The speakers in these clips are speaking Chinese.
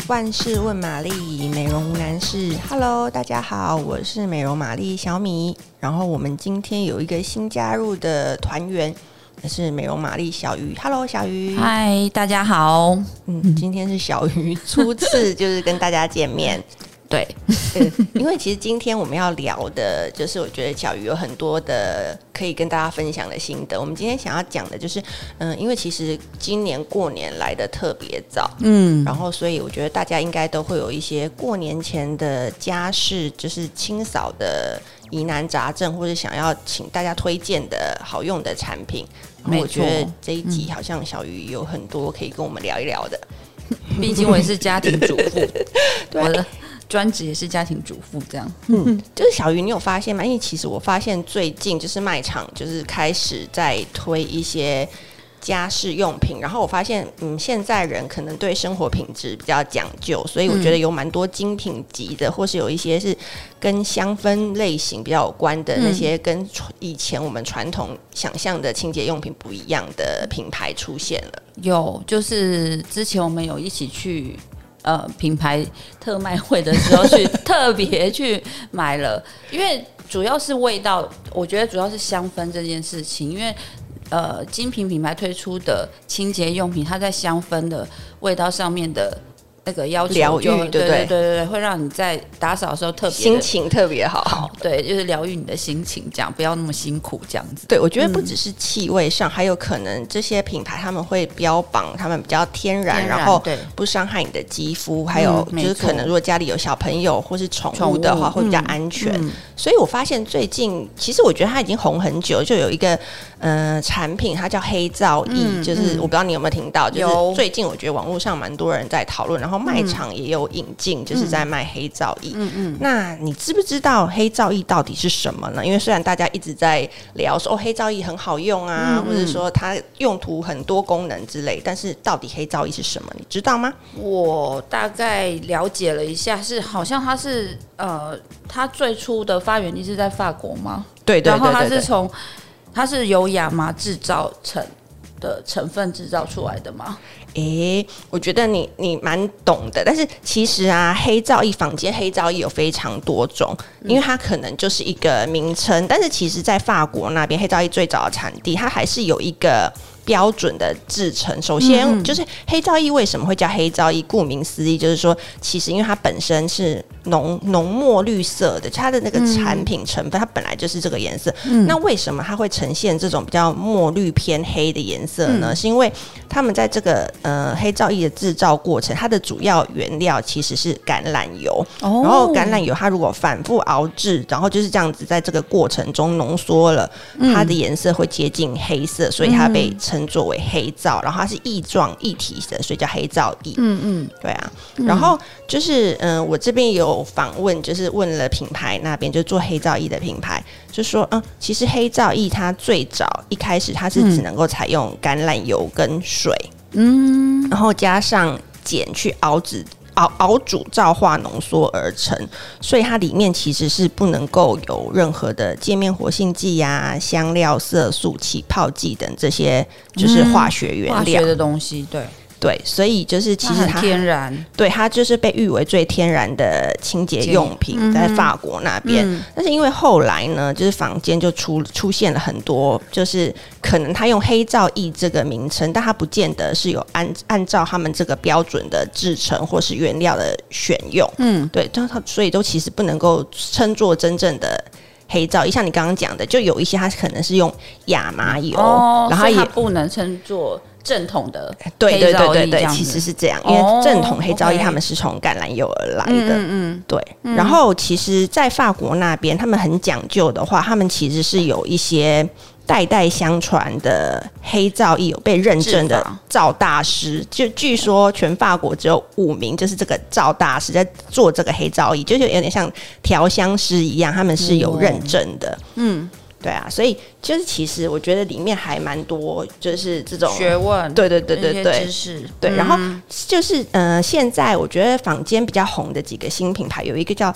万事问玛丽，美容无难事。Hello， 大家好，我是美容玛丽小米。然后我们今天有一个新加入的团员，也是美容玛丽小鱼。Hello， 小鱼。 嗨，大家好。 今天是小鱼初次就是跟大家见面。 对， 因为其实今天我们要聊的就是我觉得小鱼有很多的可以跟大家分享的心得。我们今天想要讲的就是因为其实今年过年来的特别早，然后所以我觉得大家应该都会有一些过年前的家事，就是清扫的疑难杂症，或者想要请大家推荐的好用的产品。然后我觉得这一集好像小鱼有很多可以跟我们聊一聊的， 毕竟我也是家庭主妇， 对， 我的专职也是家庭主妇，这样。 就是小鱼，你有发现吗？因为其实我发现最近就是卖场就是开始在推一些家事用品，然后我发现现在人可能对生活品质比较讲究，所以我觉得有蛮多精品级的，或是有一些是跟香氛类型比较有关的那些跟以前我们传统想象的清洁用品不一样的品牌出现了。 有，就是之前我们有一起去品牌特卖会的时候去特别去买了，因为主要是味道，我觉得主要是香氛这件事情，因为精品品牌推出的清洁用品，它在香氛的味道上面的那个要求疗愈， 对，会让你在打扫的时候特别心情特别好， 对，就是疗愈你的心情，这样不要那么辛苦，这样子。 对，我觉得不只是气味上，还有可能这些品牌他们会标榜他们比较天然，然后不伤害你的肌肤，还有就是可能如果家里有小朋友或是宠物的话，会比较安全。所以我发现最近，其实我觉得它已经红很久，就有一个产品，它叫黑皂液，就是我不知道你有没有听到，就是最近我觉得网络上蛮多人在讨论，然后卖场也有引进，就是在卖黑皂液。那你知不知道黑皂液到底是什么呢？因为虽然大家一直在聊说黑皂液很好用啊，或者说它用途很多功能之类，但是到底黑皂液是什么，你知道吗？ 我大概了解了一下，好像它是它最初的发源地是在法国吗？ 对， 然后它是由亚麻制造的成分制造出来的吗？ 我觉得你蛮懂的，但是其实啊，黑皂液坊间黑皂液有非常多种，因为它可能就是一个名称，但是其实在法国那边黑皂液最早的产地，它还是有一个标准的制成。首先就是黑皂液为什么会叫黑皂液，顾名思义就是说，其实因为它本身是浓墨绿色的，它的那个产品成分它本来就是这个颜色。那为什么它会呈现这种比较墨绿偏黑的颜色呢？是因为他们在这个黑皂液的制造过程，它的主要原料其实是橄榄油，然后橄榄油它如果反复熬制，然后就是这样子在这个过程中浓缩了，它的颜色会接近黑色，所以它被称作为黑皂，然后它是液体的，所以叫黑皂液。对啊。然后就是我这边有访问，就是问了品牌那边，就做黑皂液的品牌，就说其实黑皂液它最早一开始它是只能够采用橄榄油跟水，然后加上碱去熬煮皂化浓缩而成，所以它里面其实是不能够有任何的界面活性剂啊、香料、色素、起泡剂等这些就是化学原料、 化学的东西。 对，所以就是其实它很天然， 对，它就是被誉为最天然的清洁用品，在法国那边。但是因为后来呢，就是坊间就出现了很多，就是可能他用黑皂液这个名称，但它不见得是有按照他们这个标准的制成或是原料的选用。对，所以都其实不能够称作真正的黑皂液。像你刚刚讲的，就有一些它可能是用亚麻油，然后所以它不能称作正统的黑皂液，对，其实是这样，因为正统黑皂液他们是从橄榄油而来的，对。然后其实，在法国那边，他们很讲究的话，他们其实是有一些代代相传的黑皂液有被认证的皂大师，就据说全法国只有5名，就是这个皂大师在做这个黑皂液，就是有点像调香师一样，他们是有认证的，对啊，所以就是其实我觉得里面还蛮多，就是这种学问， 对知识， 对。然后就是现在我觉得坊间比较红的几个新品牌，有一个叫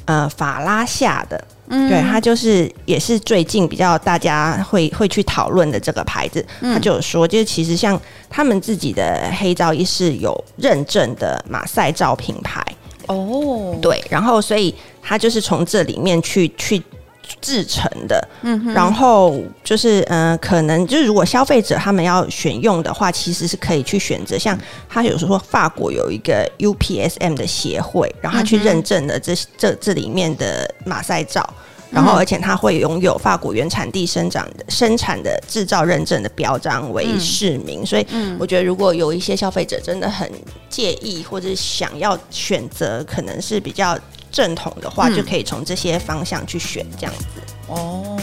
法拉夏的。对，它就是也是最近比较大家会去讨论的这个牌子，他就有说，就是其实像他们自己的黑皂液是有认证的马赛皂品牌哦，对，然后所以它就是从这里面去制成的，然后就是可能就是如果消费者他们要选用的话，其实是可以去选择，像他有说法国有一个 UPSM 的协会，然后他去认证了这里面的马赛皂。然后，而且它会拥有法国原产地生产的制造认证的标章为市民，所以我觉得如果有一些消费者真的很介意或者想要选择可能是比较正统的话，就可以从这些方向去选这样子。 哦，